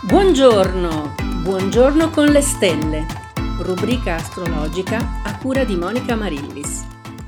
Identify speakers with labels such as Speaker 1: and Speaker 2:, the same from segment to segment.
Speaker 1: Buongiorno, buongiorno con le stelle, rubrica astrologica a cura di Monica Marillis.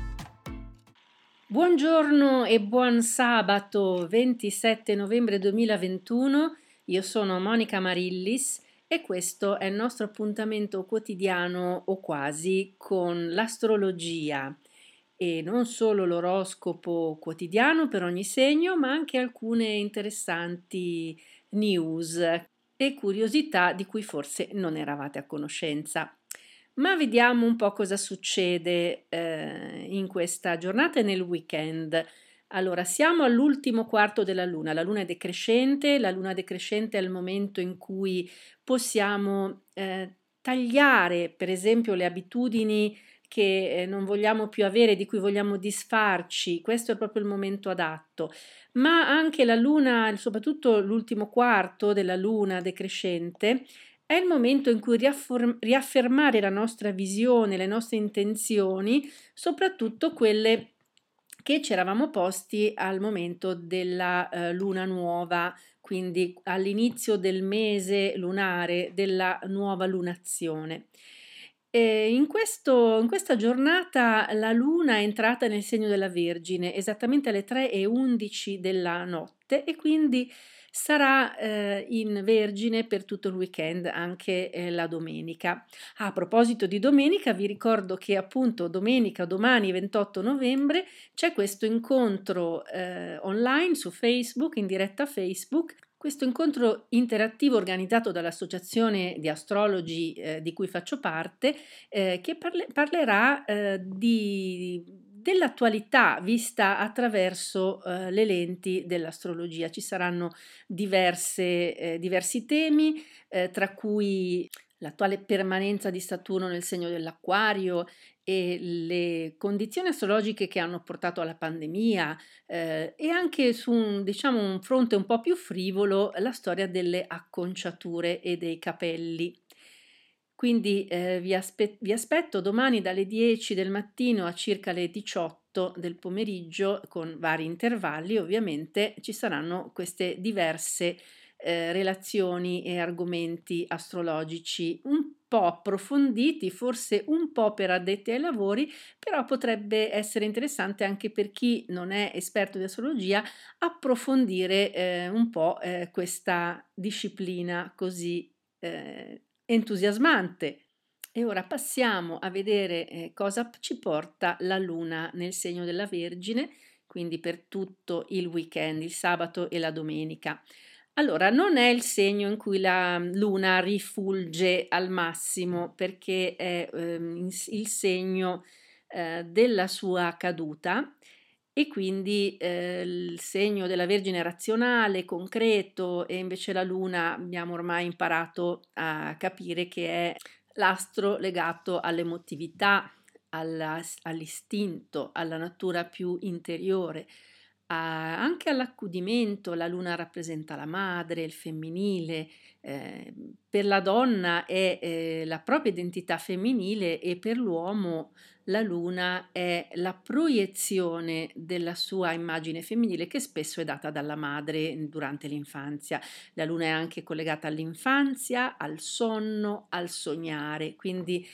Speaker 1: Buongiorno e buon sabato 27 novembre 2021, io sono Monica Marillis e questo è il nostro appuntamento quotidiano o quasi con l'astrologia e non solo l'oroscopo quotidiano per ogni segno, ma anche alcune interessanti news e curiosità di cui forse non eravate a conoscenza. Ma vediamo un po' cosa succede in questa giornata e nel weekend. Allora, siamo all'ultimo quarto della luna, la luna è decrescente, la luna decrescente è il momento in cui possiamo tagliare, per esempio, le abitudini che non vogliamo più avere, di cui vogliamo disfarci, questo è proprio il momento adatto, ma anche la luna, soprattutto l'ultimo quarto della luna decrescente, è il momento in cui riaffermare la nostra visione, le nostre intenzioni, soprattutto quelle che ci eravamo posti al momento della luna nuova, quindi all'inizio del mese lunare della nuova lunazione. In questa giornata la luna è entrata nel segno della Vergine esattamente alle 3:11 della notte e quindi sarà in Vergine per tutto il weekend, anche la domenica. A proposito di domenica, vi ricordo che appunto domenica, domani 28 novembre, c'è questo incontro online su Facebook, in diretta Facebook. Questo incontro interattivo organizzato dall'Associazione di Astrologi di cui faccio parte, che parlerà dell'attualità vista attraverso le lenti dell'astrologia. Ci saranno diversi temi, tra cui l'attuale permanenza di Saturno nel segno dell'Acquario e le condizioni astrologiche che hanno portato alla pandemia, e anche su un fronte un po' più frivolo, la storia delle acconciature e dei capelli. Quindi vi aspetto domani dalle 10 del mattino a circa le 18 del pomeriggio, con vari intervalli ovviamente, ci saranno queste diverse relazioni e argomenti astrologici un po' approfonditi, forse un po' per addetti ai lavori, però potrebbe essere interessante anche per chi non è esperto di astrologia approfondire un po' questa disciplina così entusiasmante. E ora passiamo a vedere cosa ci porta la luna nel segno della Vergine, quindi per tutto il weekend, il sabato e la domenica. Allora, non è il segno in cui la luna rifulge al massimo perché è il segno della sua caduta e quindi il segno della Vergine è razionale, concreto e invece la luna abbiamo ormai imparato a capire che è l'astro legato all'emotività, all'istinto, alla natura più interiore, anche all'accudimento. La luna rappresenta la madre, il femminile, per la donna è la propria identità femminile e per l'uomo la luna è la proiezione della sua immagine femminile che spesso è data dalla madre durante l'infanzia. La luna è anche collegata all'infanzia, al sonno, al sognare, quindi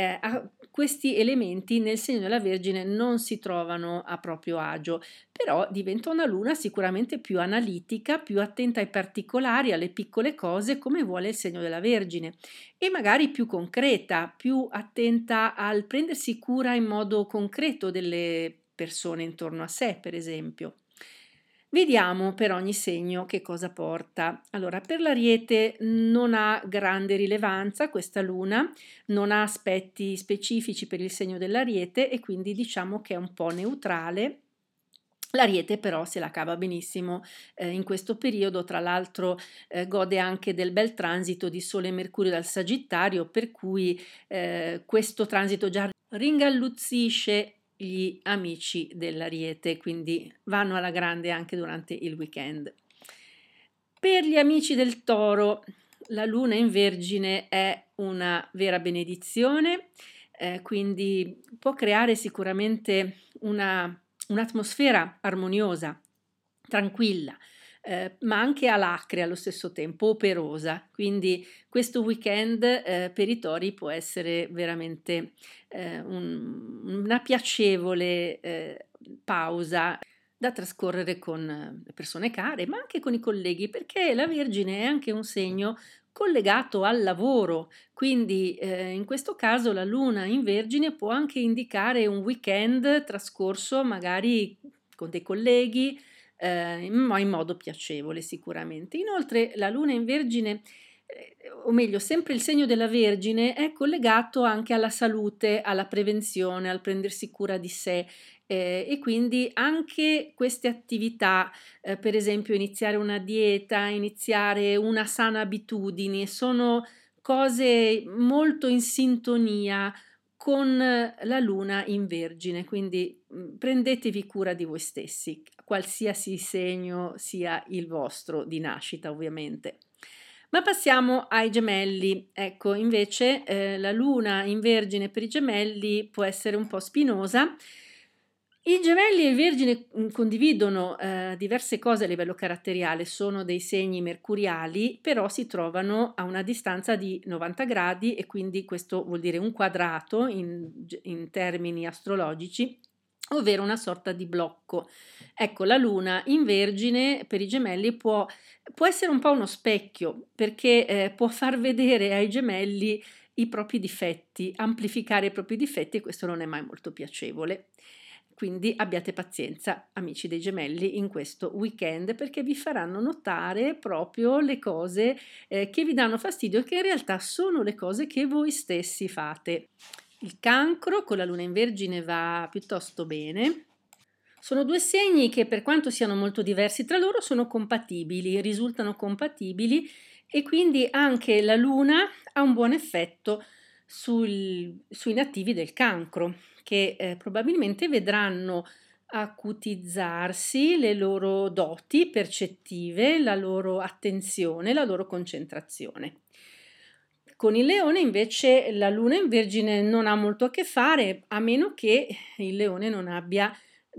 Speaker 1: questi elementi nel segno della Vergine non si trovano a proprio agio, però diventa una luna sicuramente più analitica, più attenta ai particolari, alle piccole cose, come vuole il segno della Vergine, e magari più concreta, più attenta al prendersi cura in modo concreto delle persone intorno a sé, per esempio. Vediamo per ogni segno che cosa porta. Allora, per l'Ariete non ha grande rilevanza questa luna, non ha aspetti specifici per il segno dell'Ariete e quindi diciamo che è un po' neutrale. L'Ariete però se la cava benissimo in questo periodo, tra l'altro gode anche del bel transito di Sole e Mercurio dal Sagittario, per cui questo transito già ringalluzzisce gli amici dell'Ariete, quindi vanno alla grande anche durante il weekend. Per gli amici del Toro, la luna in Vergine è una vera benedizione, quindi può creare sicuramente un'atmosfera armoniosa, tranquilla, ma anche alacre allo stesso tempo, operosa. Quindi questo weekend per i tori può essere veramente una piacevole pausa da trascorrere con le persone care, ma anche con i colleghi, perché la Vergine è anche un segno collegato al lavoro, quindi in questo caso la luna in Vergine può anche indicare un weekend trascorso magari con dei colleghi, ma in modo piacevole sicuramente. Inoltre la luna in Vergine, o meglio, sempre il segno della Vergine è collegato anche alla salute, alla prevenzione, al prendersi cura di sé. E quindi anche queste attività, per esempio iniziare una dieta, iniziare una sana abitudine, sono cose molto in sintonia con la luna in Vergine, quindi prendetevi cura di voi stessi, qualsiasi segno sia il vostro di nascita, ovviamente. Ma passiamo ai gemelli. Ecco, invece la luna in Vergine per i gemelli può essere un po' spinosa. I gemelli e il Vergine condividono diverse cose a livello caratteriale, sono dei segni mercuriali, però si trovano a una distanza di 90 gradi e quindi questo vuol dire un quadrato in termini astrologici, ovvero una sorta di blocco. Ecco, la luna in Vergine per i gemelli può essere un po' uno specchio, perché può far vedere ai gemelli i propri difetti, amplificare i propri difetti e questo non è mai molto piacevole. Quindi abbiate pazienza, amici dei gemelli, in questo weekend perché vi faranno notare proprio le cose che vi danno fastidio e che in realtà sono le cose che voi stessi fate. Il cancro con la luna in Vergine va piuttosto bene. Sono due segni che per quanto siano molto diversi tra loro sono compatibili, risultano compatibili e quindi anche la luna ha un buon effetto sui nativi del cancro che probabilmente vedranno acutizzarsi le loro doti percettive, la loro attenzione, la loro concentrazione. Con il leone invece la luna in Vergine non ha molto a che fare, a meno che il leone non abbia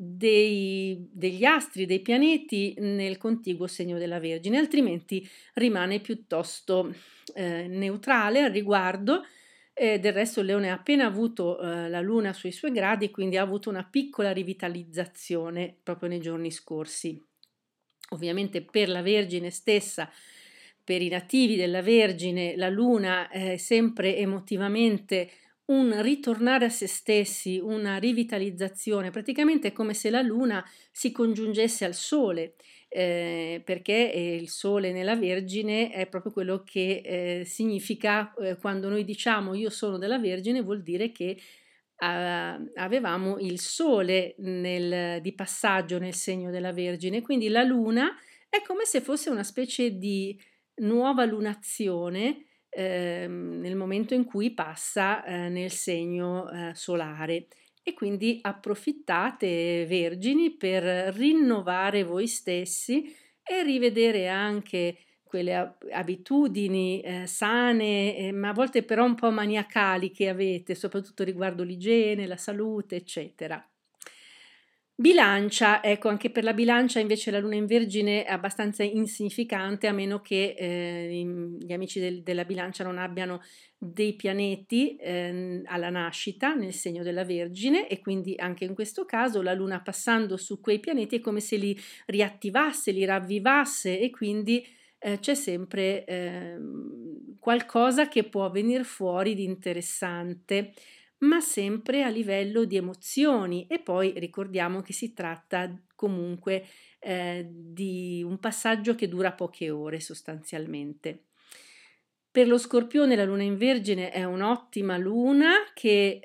Speaker 1: degli astri, dei pianeti nel contiguo segno della Vergine, altrimenti rimane piuttosto neutrale al riguardo. Del resto il leone ha appena avuto la luna sui suoi gradi, quindi ha avuto una piccola rivitalizzazione proprio nei giorni scorsi. Ovviamente per la Vergine stessa, per i nativi della Vergine, la luna è sempre emotivamente un ritornare a se stessi, una rivitalizzazione, praticamente è come se la luna si congiungesse al sole, perché il sole nella Vergine è proprio quello che significa quando noi diciamo io sono della Vergine, vuol dire che avevamo il sole di passaggio nel segno della Vergine, quindi la luna è come se fosse una specie di nuova lunazione nel momento in cui passa nel segno solare. E quindi approfittate, vergini, per rinnovare voi stessi e rivedere anche quelle abitudini sane, ma a volte però un po' maniacali che avete, soprattutto riguardo l'igiene, la salute, eccetera. Bilancia, ecco, anche per la bilancia invece la luna in Vergine è abbastanza insignificante, a meno che gli amici della bilancia non abbiano dei pianeti alla nascita nel segno della Vergine e quindi anche in questo caso la luna passando su quei pianeti è come se li riattivasse, li ravvivasse e quindi c'è sempre qualcosa che può venire fuori di interessante, ma sempre a livello di emozioni e poi ricordiamo che si tratta comunque di un passaggio che dura poche ore sostanzialmente. Per lo Scorpione la luna in Vergine è un'ottima luna che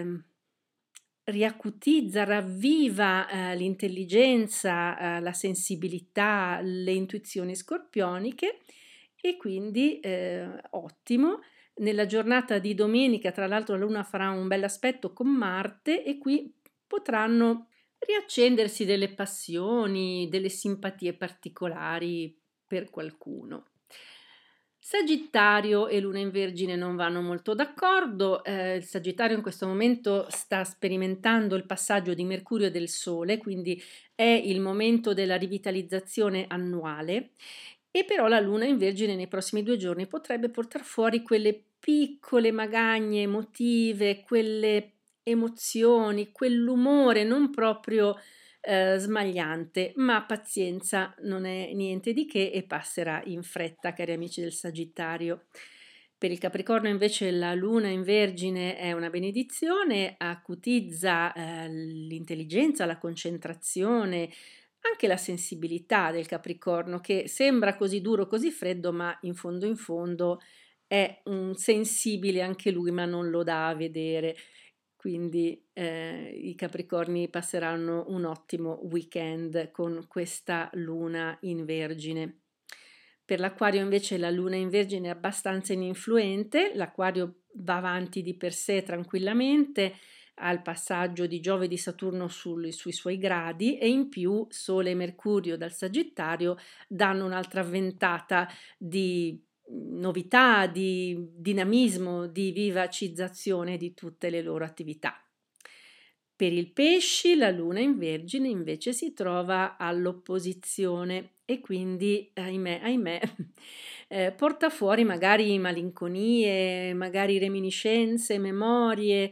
Speaker 1: riacutizza, ravviva l'intelligenza, la sensibilità, le intuizioni scorpioniche e quindi ottimo. Nella giornata di domenica, tra l'altro, la Luna farà un bel aspetto con Marte e qui potranno riaccendersi delle passioni, delle simpatie particolari per qualcuno. Sagittario e Luna in Vergine non vanno molto d'accordo. Il Sagittario in questo momento sta sperimentando il passaggio di Mercurio e del Sole, quindi è il momento della rivitalizzazione annuale, e però la Luna in Vergine nei prossimi 2 giorni potrebbe portare fuori quelle piccole magagne emotive, quelle emozioni, quell'umore non proprio smagliante, ma pazienza, non è niente di che e passerà in fretta, cari amici del Sagittario. Per il Capricorno invece la Luna in Vergine è una benedizione, acutizza l'intelligenza, la concentrazione, anche la sensibilità del Capricorno, che sembra così duro, così freddo, ma in fondo è un sensibile anche lui, ma non lo dà a vedere. Quindi i Capricorni passeranno un ottimo weekend con questa luna in Vergine. Per l'Acquario invece la luna in Vergine è abbastanza ininfluente, l'Acquario va avanti di per sé tranquillamente, ha il passaggio di Giove e di Saturno sui suoi gradi e in più Sole e Mercurio dal Sagittario danno un'altra ventata di novità, di dinamismo, di vivacizzazione di tutte le loro attività. Per il Pesci la Luna in Vergine invece si trova all'opposizione e quindi, ahimè, porta fuori magari malinconie, magari reminiscenze, memorie,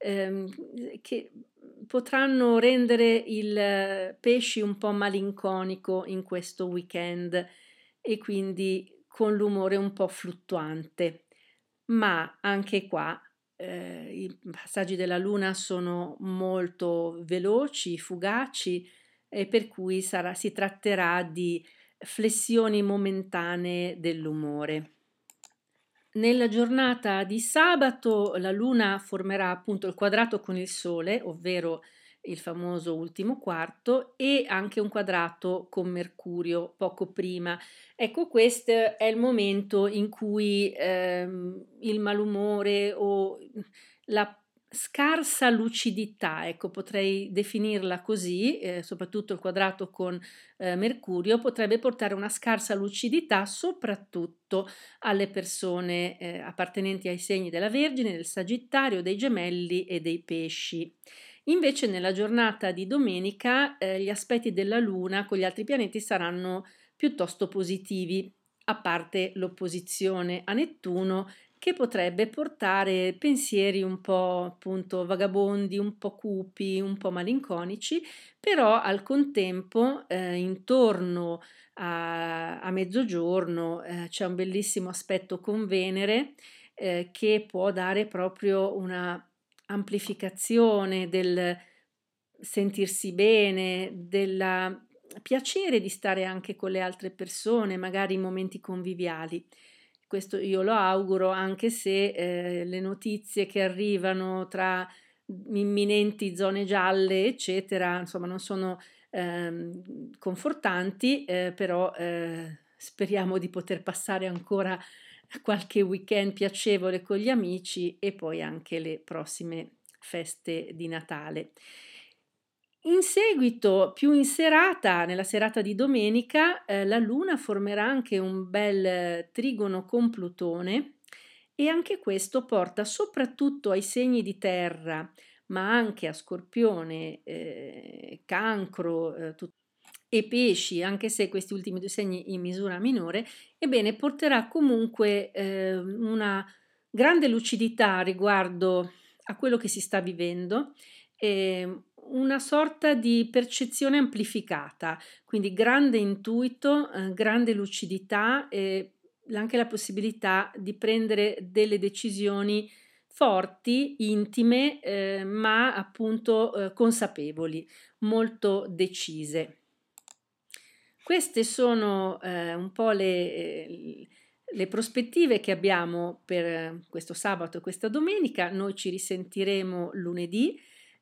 Speaker 1: che potranno rendere il Pesci un po' malinconico in questo weekend e quindi con l'umore un po' fluttuante. Ma anche qua, i passaggi della Luna sono molto veloci, fugaci e per cui si tratterà di flessioni momentanee dell'umore. Nella giornata di sabato la Luna formerà appunto il quadrato con il Sole, ovvero il famoso ultimo quarto, e anche un quadrato con Mercurio poco prima. Ecco, questo è il momento in cui il malumore o la scarsa lucidità, ecco, potrei definirla così, soprattutto il quadrato con Mercurio, potrebbe portare una scarsa lucidità, soprattutto alle persone appartenenti ai segni della Vergine, del Sagittario, dei Gemelli e dei Pesci. Invece nella giornata di domenica gli aspetti della Luna con gli altri pianeti saranno piuttosto positivi, a parte l'opposizione a Nettuno che potrebbe portare pensieri un po' appunto vagabondi, un po' cupi, un po' malinconici, però al contempo intorno a mezzogiorno c'è un bellissimo aspetto con Venere che può dare proprio una amplificazione del sentirsi bene, del piacere di stare anche con le altre persone, magari in momenti conviviali. Questo io lo auguro, anche se le notizie che arrivano tra imminenti zone gialle, eccetera, insomma, non sono confortanti, però speriamo di poter passare ancora qualche weekend piacevole con gli amici e poi anche le prossime feste di Natale. In seguito, più in serata, nella serata di domenica, la Luna formerà anche un bel trigono con Plutone e anche questo porta soprattutto ai segni di terra, ma anche a Scorpione, Cancro, e Pesci, anche se questi ultimi 2 segni in misura minore, ebbene porterà comunque, una grande lucidità riguardo a quello che si sta vivendo, una sorta di percezione amplificata, quindi grande intuito, grande lucidità e anche la possibilità di prendere delle decisioni forti, intime, ma appunto, consapevoli, molto decise. Queste sono, un po' le prospettive che abbiamo per questo sabato e questa domenica. Noi ci risentiremo lunedì,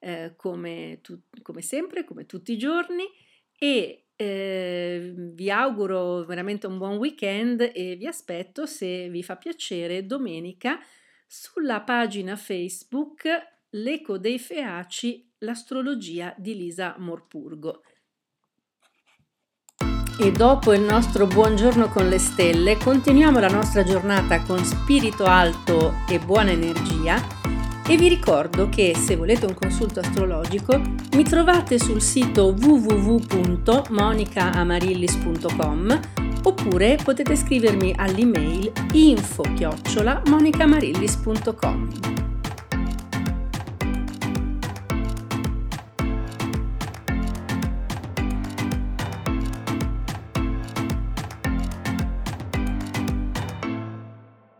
Speaker 1: come sempre, come tutti i giorni e, vi auguro veramente un buon weekend e vi aspetto, se vi fa piacere, domenica sulla pagina Facebook L'Eco dei Feaci, l'astrologia di Lisa Morpurgo. E dopo il nostro buongiorno con le stelle, continuiamo la nostra giornata con spirito alto e buona energia e vi ricordo che se volete un consulto astrologico mi trovate sul sito www.monicamarillis.com oppure potete scrivermi all'email info@monicamarillis.com.